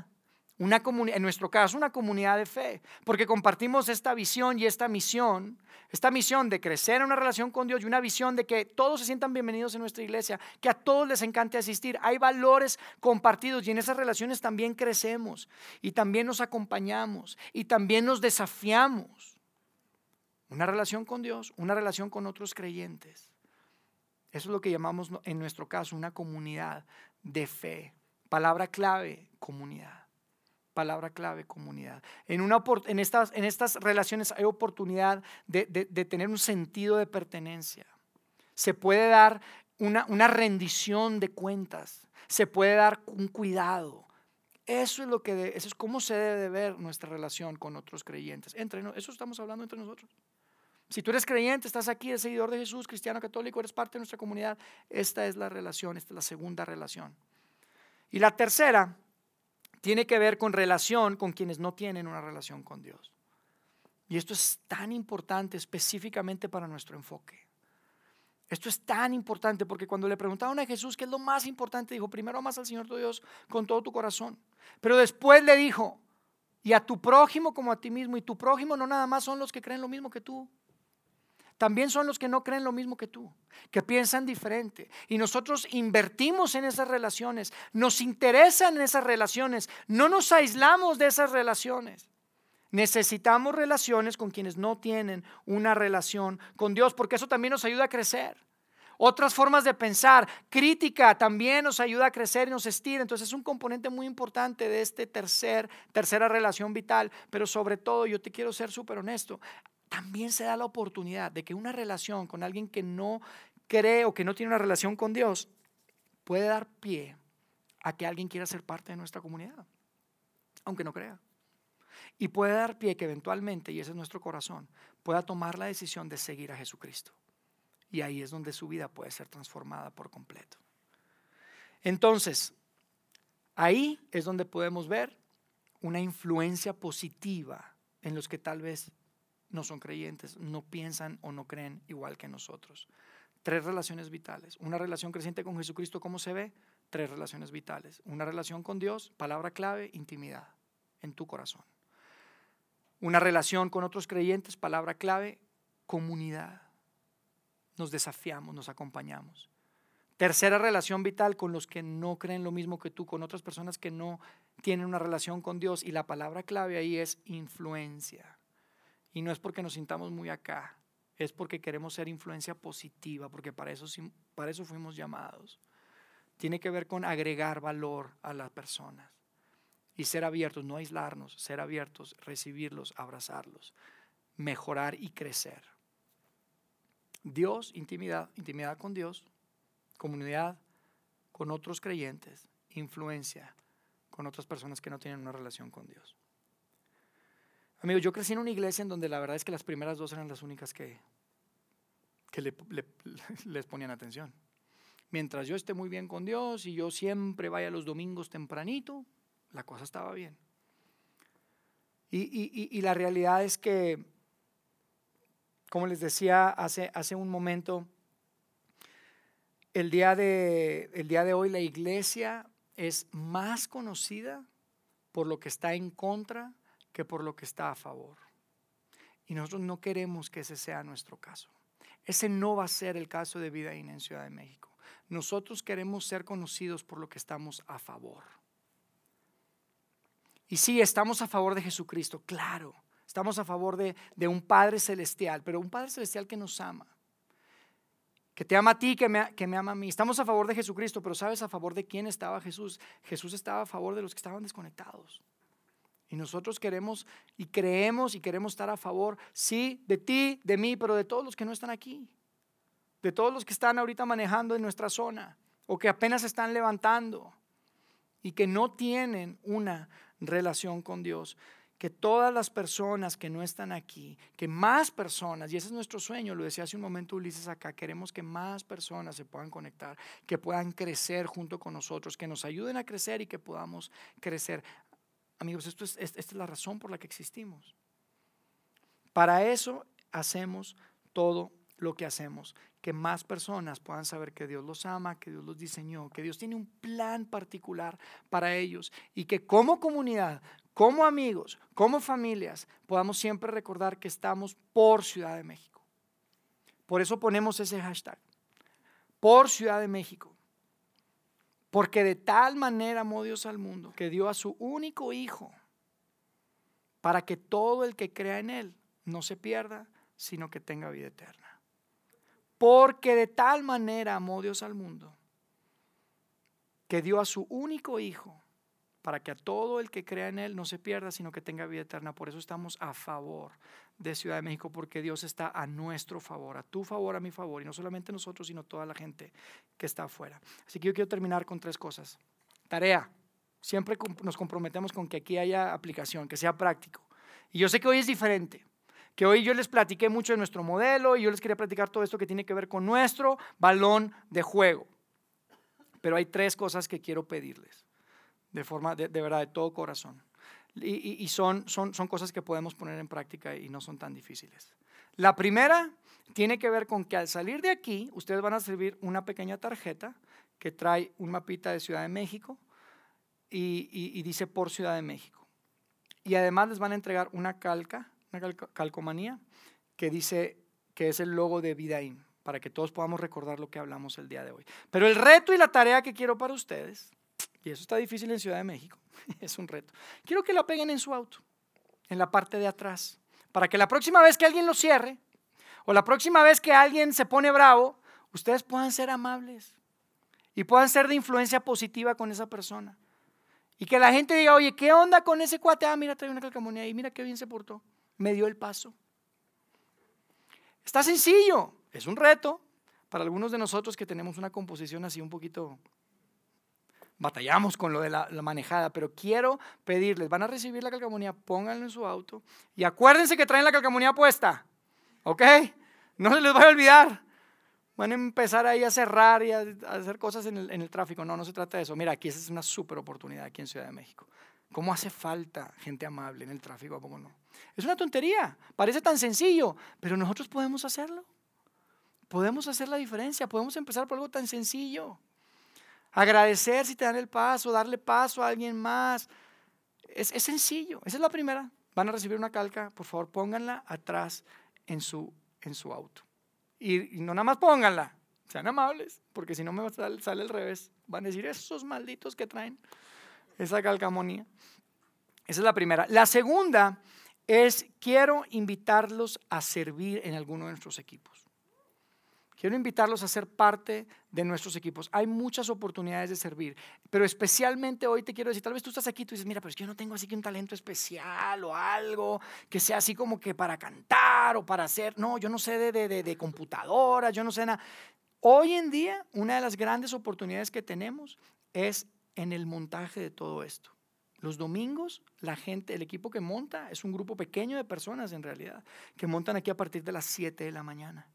Speaker 1: En nuestro caso, una comunidad de fe, porque compartimos esta visión y esta misión de crecer en una relación con Dios y una visión de que todos se sientan bienvenidos en nuestra iglesia, que a todos les encante asistir. Hay valores compartidos y en esas relaciones también crecemos y también nos acompañamos y también nos desafiamos. Una relación con Dios, una relación con otros creyentes. Eso es lo que llamamos en nuestro caso una comunidad de fe. Palabra clave, comunidad. Palabra clave, comunidad. En estas relaciones hay oportunidad de tener un sentido de pertenencia. Se puede dar una rendición de cuentas. Se puede dar un cuidado. Eso es cómo se debe de ver nuestra relación con otros creyentes. Eso estamos hablando entre nosotros. Si tú eres creyente, estás aquí, eres seguidor de Jesús, cristiano, católico, eres parte de nuestra comunidad, esta es la relación, esta es la segunda relación. Y la tercera tiene que ver con relación con quienes no tienen una relación con Dios. Y esto es tan importante específicamente para nuestro enfoque. Esto es tan importante porque cuando le preguntaron a Jesús qué es lo más importante, dijo, primero amas al Señor tu Dios con todo tu corazón. Pero después le dijo, y a tu prójimo como a ti mismo. Y tu prójimo no nada más son los que creen lo mismo que tú. también son los que no creen lo mismo que tú, que piensan diferente. Y nosotros invertimos en esas relaciones, nos interesan esas relaciones, no nos aislamos de esas relaciones. Necesitamos relaciones con quienes no tienen una relación con Dios, porque eso también nos ayuda a crecer. Otras formas de pensar, crítica, también nos ayuda a crecer y nos estira. Entonces es un componente muy importante de este tercera relación vital. Pero sobre todo, yo te quiero ser súper honesto, también se da la oportunidad de que una relación con alguien que no cree o que no tiene una relación con Dios puede dar pie a que alguien quiera ser parte de nuestra comunidad, aunque no crea. Y puede dar pie que eventualmente, y ese es nuestro corazón, pueda tomar la decisión de seguir a Jesucristo. Y ahí es donde su vida puede ser transformada por completo. Entonces, ahí es donde podemos ver una influencia positiva en los que tal vez no son creyentes, no piensan o no creen igual que nosotros. 3 relaciones vitales. Una relación creciente con Jesucristo, ¿cómo se ve? 3 relaciones vitales. Una relación con Dios, palabra clave, intimidad en tu corazón. Una relación con otros creyentes, palabra clave, comunidad. Nos desafiamos, nos acompañamos. Tercera relación vital con los que no creen lo mismo que tú, con otras personas que no tienen una relación con Dios. Y la palabra clave ahí es influencia. Y no es porque nos sintamos muy acá, es porque queremos ser influencia positiva, porque para eso fuimos llamados. Tiene que ver con agregar valor a las personas. Y ser abiertos, no aislarnos, ser abiertos, recibirlos, abrazarlos, mejorar y crecer. Dios, intimidad con Dios, comunidad con otros creyentes, influencia con otras personas que no tienen una relación con Dios. Amigos, yo crecí en una iglesia en donde la verdad es que las primeras 2 eran las únicas que les ponían atención. Mientras yo esté muy bien con Dios y yo siempre vaya los domingos tempranito, la cosa estaba bien. Y la realidad es que, como les decía hace un momento, el día de hoy la iglesia es más conocida por lo que está en contra que por lo que está a favor. Y nosotros no queremos que ese sea nuestro caso. Ese no va a ser el caso de Vida In en Ciudad de México. Nosotros queremos ser conocidos por lo que estamos a favor. Y sí, estamos a favor de Jesucristo, claro. Estamos a favor de un Padre Celestial, pero un Padre Celestial que nos ama. Que te ama a ti, que me ama a mí. Estamos a favor de Jesucristo, pero ¿sabes a favor de quién estaba Jesús? Jesús estaba a favor de los que estaban desconectados. Y nosotros queremos y creemos y queremos estar a favor, sí, de ti, de mí, pero de todos los que no están aquí. De todos los que están ahorita manejando en nuestra zona o que apenas se están levantando y que no tienen una relación con Dios. Que todas las personas que no están aquí, que más personas, y ese es nuestro sueño, lo decía hace un momento Ulises acá, queremos que más personas se puedan conectar, que puedan crecer junto con nosotros, que nos ayuden a crecer y que podamos crecer. Amigos, esta es la razón por la que existimos. Para eso hacemos todo lo que hacemos, que más personas puedan saber que Dios los ama, que Dios los diseñó, que Dios tiene un plan particular para ellos y que como comunidad, como amigos, como familias, podamos siempre recordar que estamos por Ciudad de México. Por eso ponemos ese hashtag, por Ciudad de México. Porque de tal manera amó Dios al mundo que dio a su único hijo para que todo el que crea en él no se pierda, sino que tenga vida eterna. Porque de tal manera amó Dios al mundo que dio a su único hijo para que a todo el que crea en él no se pierda, sino que tenga vida eterna. Por eso estamos a favor de Ciudad de México, porque Dios está a nuestro favor, a tu favor, a mi favor, y no solamente nosotros, sino toda la gente que está afuera. Así que yo quiero terminar con 3 cosas. Tarea. Siempre nos comprometemos con que aquí haya aplicación, que sea práctico. Y yo sé que hoy es diferente. Que hoy yo les platiqué mucho de nuestro modelo y yo les quería platicar todo esto que tiene que ver con nuestro balón de juego. Pero hay 3 cosas que quiero pedirles, de forma de verdad, de todo corazón. Y son cosas que podemos poner en práctica y no son tan difíciles. La primera tiene que ver con que al salir de aquí, ustedes van a recibir una pequeña tarjeta que trae un mapita de Ciudad de México y dice por Ciudad de México. Y además les van a entregar una calcomanía que dice que es el logo de Vidaín, para que todos podamos recordar lo que hablamos el día de hoy. Pero el reto y la tarea que quiero para ustedes, y eso está difícil en Ciudad de México, es un reto. Quiero que lo peguen en su auto, en la parte de atrás, para que la próxima vez que alguien lo cierre, o la próxima vez que alguien se pone bravo, ustedes puedan ser amables y puedan ser de influencia positiva con esa persona. Y que la gente diga, oye, ¿qué onda con ese cuate? Ah, mira, trae una calcamonía ahí, mira qué bien se portó. Me dio el paso. Está sencillo, es un reto para algunos de nosotros que tenemos una composición así un poquito, batallamos con lo de la manejada, pero quiero pedirles, van a recibir la calcamonía, pónganlo en su auto y acuérdense que traen la calcamonía puesta, ¿ok? No se les vaya a olvidar. Van a empezar ahí a cerrar y a hacer cosas en el tráfico. No, no se trata de eso. Mira, aquí esa es una súper oportunidad aquí en Ciudad de México. ¿Cómo hace falta gente amable en el tráfico? ¿A poco no? Es una tontería, parece tan sencillo, pero nosotros podemos hacerlo. Podemos hacer la diferencia, podemos empezar por algo tan sencillo. Agradecer si te dan el paso, darle paso a alguien más. Es sencillo, esa es la primera. Van a recibir una calca, por favor pónganla atrás en su auto. Y no nada más pónganla, sean amables, porque si no me sale al revés. Van a decir, esos malditos que traen esa calcamonía. Esa es la primera. La segunda es, quiero invitarlos a servir en alguno de nuestros equipos. Quiero invitarlos a ser parte de nuestros equipos. Hay muchas oportunidades de servir, pero especialmente hoy te quiero decir, tal vez tú estás aquí y tú dices, mira, pero es que yo no tengo así que un talento especial o algo que sea así como que para cantar o para hacer, no, yo no sé de computadoras, yo no sé nada. Hoy en día, una de las grandes oportunidades que tenemos es en el montaje de todo esto. Los domingos, la gente, el equipo que monta es un grupo pequeño de personas en realidad, que montan aquí a partir de las 7 de la mañana.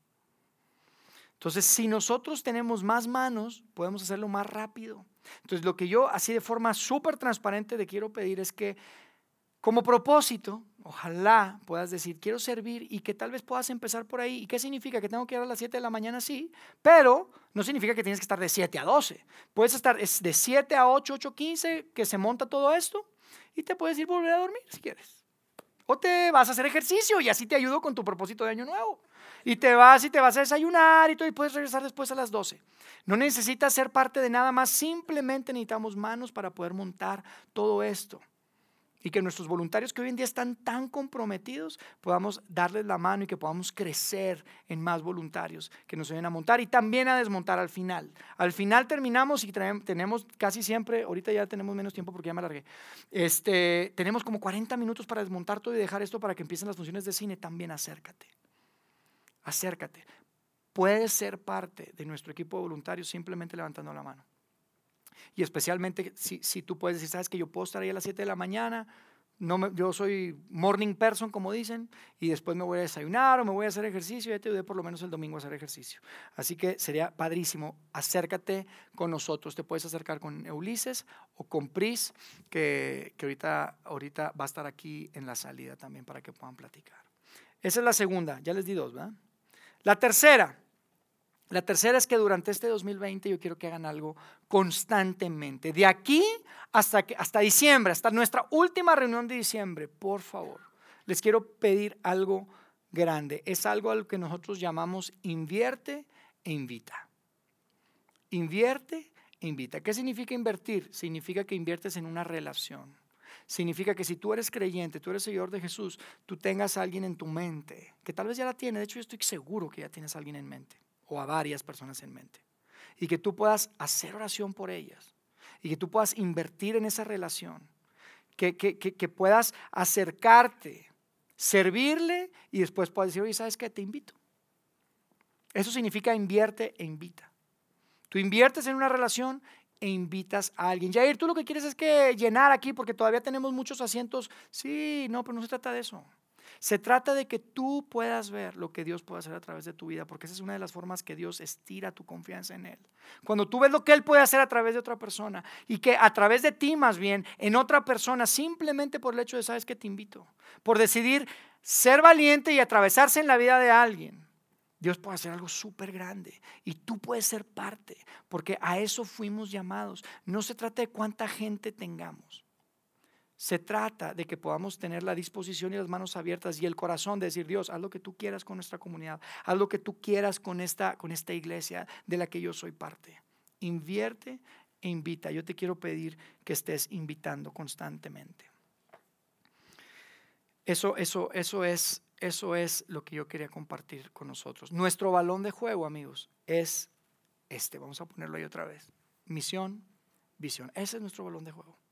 Speaker 1: Entonces, si nosotros tenemos más manos, podemos hacerlo más rápido. Entonces, lo que yo así de forma súper transparente te quiero pedir es que como propósito, ojalá puedas decir, quiero servir y que tal vez puedas empezar por ahí. ¿Y qué significa? Que tengo que ir a las 7 de la mañana, sí, pero no significa que tienes que estar de 7 a 12. Puedes estar de 7 a 8, 8:15, que se monta todo esto y te puedes ir a volver a dormir si quieres. O te vas a hacer ejercicio y así te ayudo con tu propósito de año nuevo. Y te vas a desayunar y todo y puedes regresar después a las 12. No necesitas ser parte de nada más, simplemente necesitamos manos para poder montar todo esto. Y que nuestros voluntarios que hoy en día están tan comprometidos, podamos darles la mano y que podamos crecer en más voluntarios que nos ayuden a montar y también a desmontar al final. Al final terminamos y tenemos casi siempre, ahorita ya tenemos menos tiempo porque ya me alargué, tenemos como 40 minutos para desmontar todo y dejar esto para que empiecen las funciones de cine. También acércate. Puedes ser parte de nuestro equipo de voluntarios simplemente levantando la mano. Y especialmente si tú puedes decir, sabes que yo puedo estar ahí a las 7 de la mañana, yo soy morning person como dicen, y después me voy a desayunar o me voy a hacer ejercicio, ya te ayudé por lo menos el domingo a hacer ejercicio. Así que sería padrísimo, acércate con nosotros, te puedes acercar con Ulises o con Pris, que ahorita va a estar aquí en la salida también para que puedan platicar. Esa es la segunda, ya les di dos, ¿verdad? La tercera es que durante este 2020 yo quiero que hagan algo constantemente. De aquí hasta diciembre, hasta nuestra última reunión de diciembre, por favor, les quiero pedir algo grande. Es algo a lo que nosotros llamamos invierte e invita. Invierte e invita. ¿Qué significa invertir? Significa que inviertes en una relación. Significa que si tú eres creyente, tú eres seguidor de Jesús, tú tengas a alguien en tu mente, que tal vez ya la tiene. De hecho, yo estoy seguro que ya tienes a alguien en mente o a varias personas en mente, y que tú puedas hacer oración por ellas y que tú puedas invertir en esa relación, que puedas acercarte, servirle y después puedas decir, oye, ¿sabes qué? Te invito. Eso significa invierte e invita. Tú inviertes en una relación e invitas a alguien. Jair, tú lo que quieres es que llenar aquí porque todavía tenemos muchos asientos. Sí, no, pero no se trata de eso. Se trata de que tú puedas ver lo que Dios puede hacer a través de tu vida, porque esa es una de las formas que Dios estira tu confianza en Él. Cuando tú ves lo que Él puede hacer a través de otra persona y que a través de ti más bien, en otra persona, simplemente por el hecho de, sabes que te invito, por decidir ser valiente y atravesarse en la vida de alguien, Dios puede hacer algo súper grande y tú puedes ser parte, porque a eso fuimos llamados. No se trata de cuánta gente tengamos. Se trata de que podamos tener la disposición y las manos abiertas y el corazón de decir: Dios, haz lo que tú quieras con nuestra comunidad, haz lo que tú quieras con esta iglesia de la que yo soy parte. Invierte e invita. Yo te quiero pedir que estés invitando constantemente. Eso es lo que yo quería compartir con nosotros. Nuestro balón de juego, amigos, es vamos a ponerlo ahí otra vez: misión, visión. Ese es nuestro balón de juego.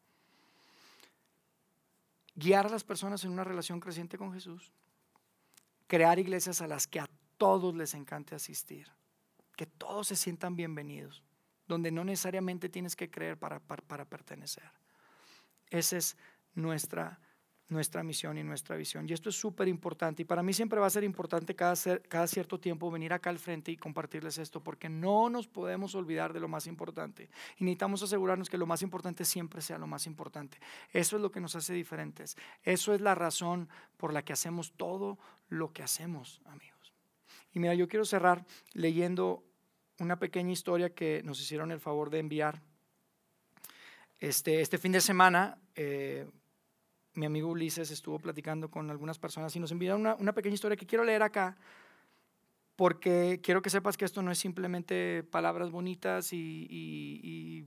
Speaker 1: Guiar a las personas en una relación creciente con Jesús, crear iglesias a las que a todos les encante asistir, que todos se sientan bienvenidos, donde no necesariamente tienes que creer para pertenecer. Esa es nuestra misión y nuestra visión, y esto es súper importante, y para mí siempre va a ser importante cada cierto tiempo venir acá al frente y compartirles esto, porque no nos podemos olvidar de lo más importante, y necesitamos asegurarnos que lo más importante siempre sea lo más importante. Eso es lo que nos hace diferentes, eso es la razón por la que hacemos todo lo que hacemos, amigos. Y mira, yo quiero cerrar leyendo una pequeña historia que nos hicieron el favor de enviar este fin de semana. Mi amigo Ulises estuvo platicando con algunas personas y nos enviaron una pequeña historia que quiero leer acá, porque quiero que sepas que esto no es simplemente palabras bonitas y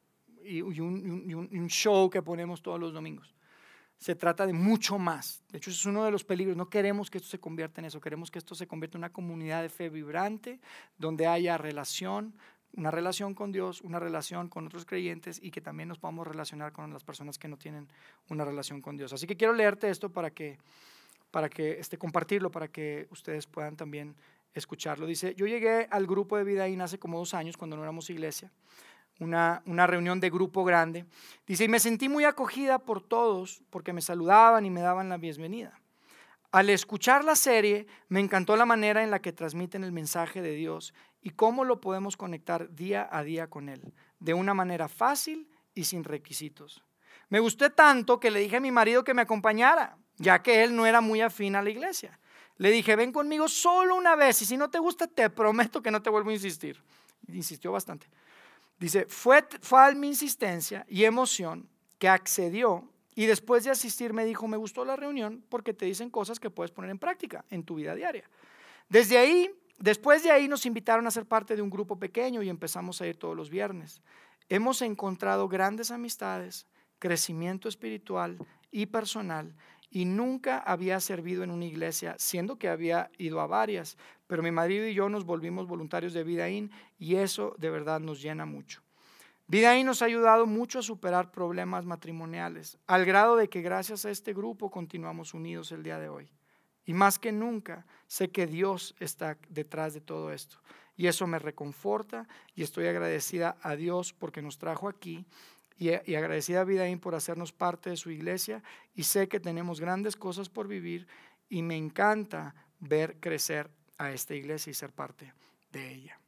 Speaker 1: un show que ponemos todos los domingos. Se trata de mucho más. De hecho, es uno de los peligros. No queremos que esto se convierta en eso. Queremos que esto se convierta en una comunidad de fe vibrante, donde haya relación, una relación con Dios, una relación con otros creyentes, y que también nos podamos relacionar con las personas que no tienen una relación con Dios. Así que quiero leerte esto para que compartirlo, para que ustedes puedan también escucharlo. Dice: yo llegué al grupo de Vidaín hace como 2 años, cuando no éramos iglesia, una reunión de grupo grande. Dice: y me sentí muy acogida por todos, porque me saludaban y me daban la bienvenida. Al escuchar la serie, me encantó la manera en la que transmiten el mensaje de Dios y cómo lo podemos conectar día a día con Él, de una manera fácil y sin requisitos. Me gusté tanto que le dije a mi marido que me acompañara, ya que él no era muy afín a la iglesia. Le dije: ven conmigo solo una vez, y si no te gusta, te prometo que no te vuelvo a insistir. Insistió bastante. Dice: fue a mi insistencia y emoción que accedió. Y después de asistir me dijo: me gustó la reunión porque te dicen cosas que puedes poner en práctica en tu vida diaria. Después de ahí nos invitaron a ser parte de un grupo pequeño y empezamos a ir todos los viernes. Hemos encontrado grandes amistades, crecimiento espiritual y personal, y nunca había servido en una iglesia, siendo que había ido a varias, pero mi marido y yo nos volvimos voluntarios de Vidaín, y eso de verdad nos llena mucho. Vidaín nos ha ayudado mucho a superar problemas matrimoniales, al grado de que gracias a este grupo continuamos unidos el día de hoy. Y más que nunca, sé que Dios está detrás de todo esto. Y eso me reconforta, y estoy agradecida a Dios porque nos trajo aquí, y agradecida a Vidaín por hacernos parte de su iglesia. Y sé que tenemos grandes cosas por vivir, y me encanta ver crecer a esta iglesia y ser parte de ella.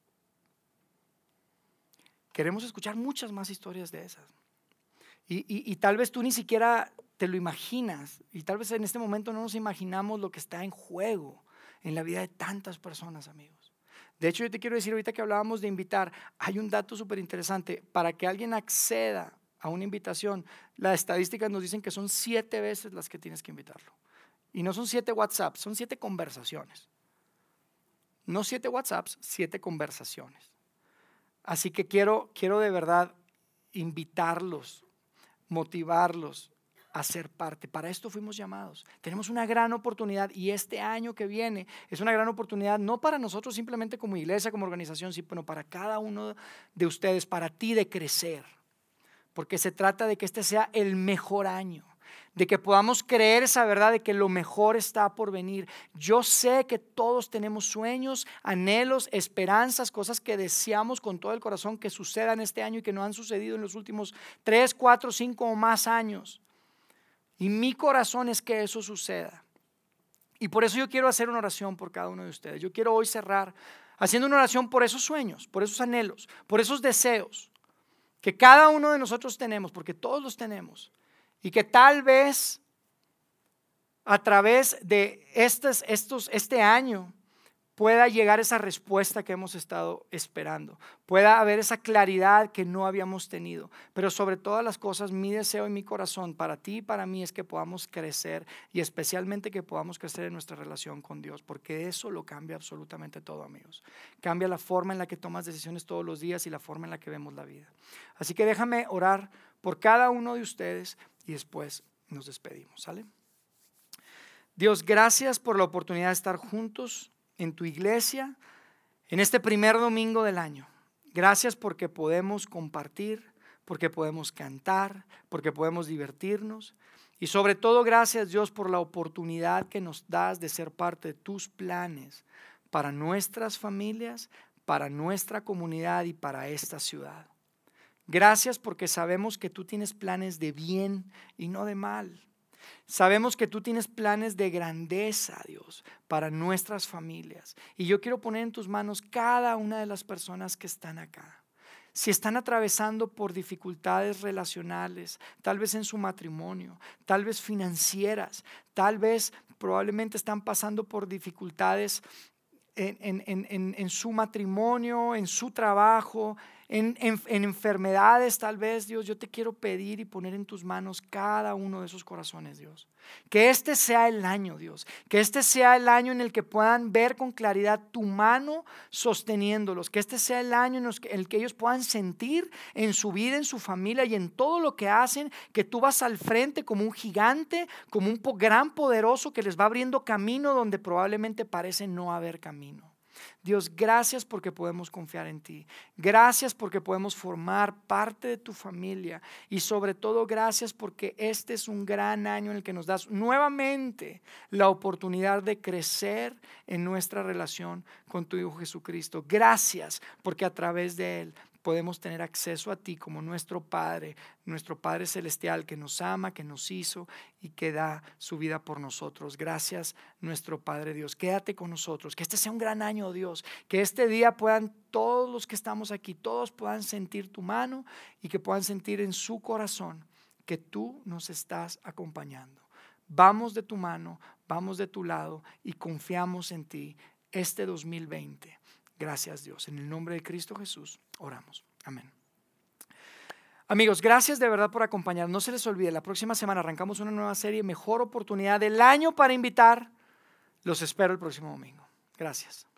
Speaker 1: Queremos escuchar muchas más historias de esas. Y tal vez tú ni siquiera te lo imaginas, y tal vez en este momento no nos imaginamos lo que está en juego en la vida de tantas personas, amigos. De hecho, yo te quiero decir, ahorita que hablábamos de invitar, hay un dato súper interesante. Para que alguien acceda a una invitación, las estadísticas nos dicen que son 7 veces las que tienes que invitarlo. Y no son 7 WhatsApps, son 7 conversaciones. No 7 WhatsApps, 7 conversaciones. Así que quiero de verdad invitarlos, motivarlos a ser parte. Para esto fuimos llamados. Tenemos una gran oportunidad, y este año que viene es una gran oportunidad, no para nosotros simplemente como iglesia, como organización, sino para cada uno de ustedes, para ti, de crecer. Porque se trata de que este sea el mejor año, de que podamos creer esa verdad de que lo mejor está por venir. Yo sé que todos tenemos sueños, anhelos, esperanzas, cosas que deseamos con todo el corazón que sucedan este año y que no han sucedido en los últimos 3, 4, 5 o más años. Y mi corazón es que eso suceda. Y por eso yo quiero hacer una oración por cada uno de ustedes. Yo quiero hoy cerrar haciendo una oración por esos sueños, por esos anhelos, por esos deseos que cada uno de nosotros tenemos, porque todos los tenemos. Y que tal vez a través de este año pueda llegar esa respuesta que hemos estado esperando, pueda haber esa claridad que no habíamos tenido. Pero sobre todas las cosas, mi deseo y mi corazón para ti y para mí es que podamos crecer, y especialmente que podamos crecer en nuestra relación con Dios, porque eso lo cambia absolutamente todo, amigos. Cambia la forma en la que tomas decisiones todos los días y la forma en la que vemos la vida. Así que déjame orar por cada uno de ustedes y después nos despedimos, ¿sale? Dios, gracias por la oportunidad de estar juntos en tu iglesia en este primer domingo del año. Gracias porque podemos compartir, porque podemos cantar, porque podemos divertirnos. Y sobre todo, gracias, Dios, por la oportunidad que nos das de ser parte de tus planes para nuestras familias, para nuestra comunidad y para esta ciudad. Gracias porque sabemos que tú tienes planes de bien y no de mal. Sabemos que tú tienes planes de grandeza, Dios, para nuestras familias. Y yo quiero poner en tus manos cada una de las personas que están acá. Si están atravesando por dificultades relacionales, tal vez en su matrimonio, tal vez financieras, tal vez probablemente están pasando por dificultades en su matrimonio, en su trabajo, en enfermedades tal vez, Dios, yo te quiero pedir y poner en tus manos cada uno de esos corazones, Dios. Que este sea el año, Dios, que este sea el año en el que puedan ver con claridad tu mano sosteniéndolos, que este sea el año en el que ellos puedan sentir en su vida, en su familia y en todo lo que hacen, que tú vas al frente como un gigante, como un gran poderoso que les va abriendo camino donde probablemente parece no haber camino. Dios, gracias porque podemos confiar en ti. Gracias porque podemos formar parte de tu familia. Y sobre todo, gracias porque este es un gran año en el que nos das nuevamente la oportunidad de crecer en nuestra relación con tu Hijo Jesucristo. Gracias porque a través de Él podemos tener acceso a ti como nuestro Padre Celestial, que nos ama, que nos hizo y que da su vida por nosotros. Gracias, nuestro Padre Dios. Quédate con nosotros, que este sea un gran año, Dios, que este día puedan todos los que estamos aquí, todos puedan sentir tu mano y que puedan sentir en su corazón que tú nos estás acompañando. Vamos de tu mano, vamos de tu lado y confiamos en ti este 2020. Gracias, Dios. En el nombre de Cristo Jesús oramos. Amén. Amigos, gracias de verdad por acompañarnos. No se les olvide, la próxima semana arrancamos una nueva serie, mejor oportunidad del año para invitar. Los espero el próximo domingo. Gracias.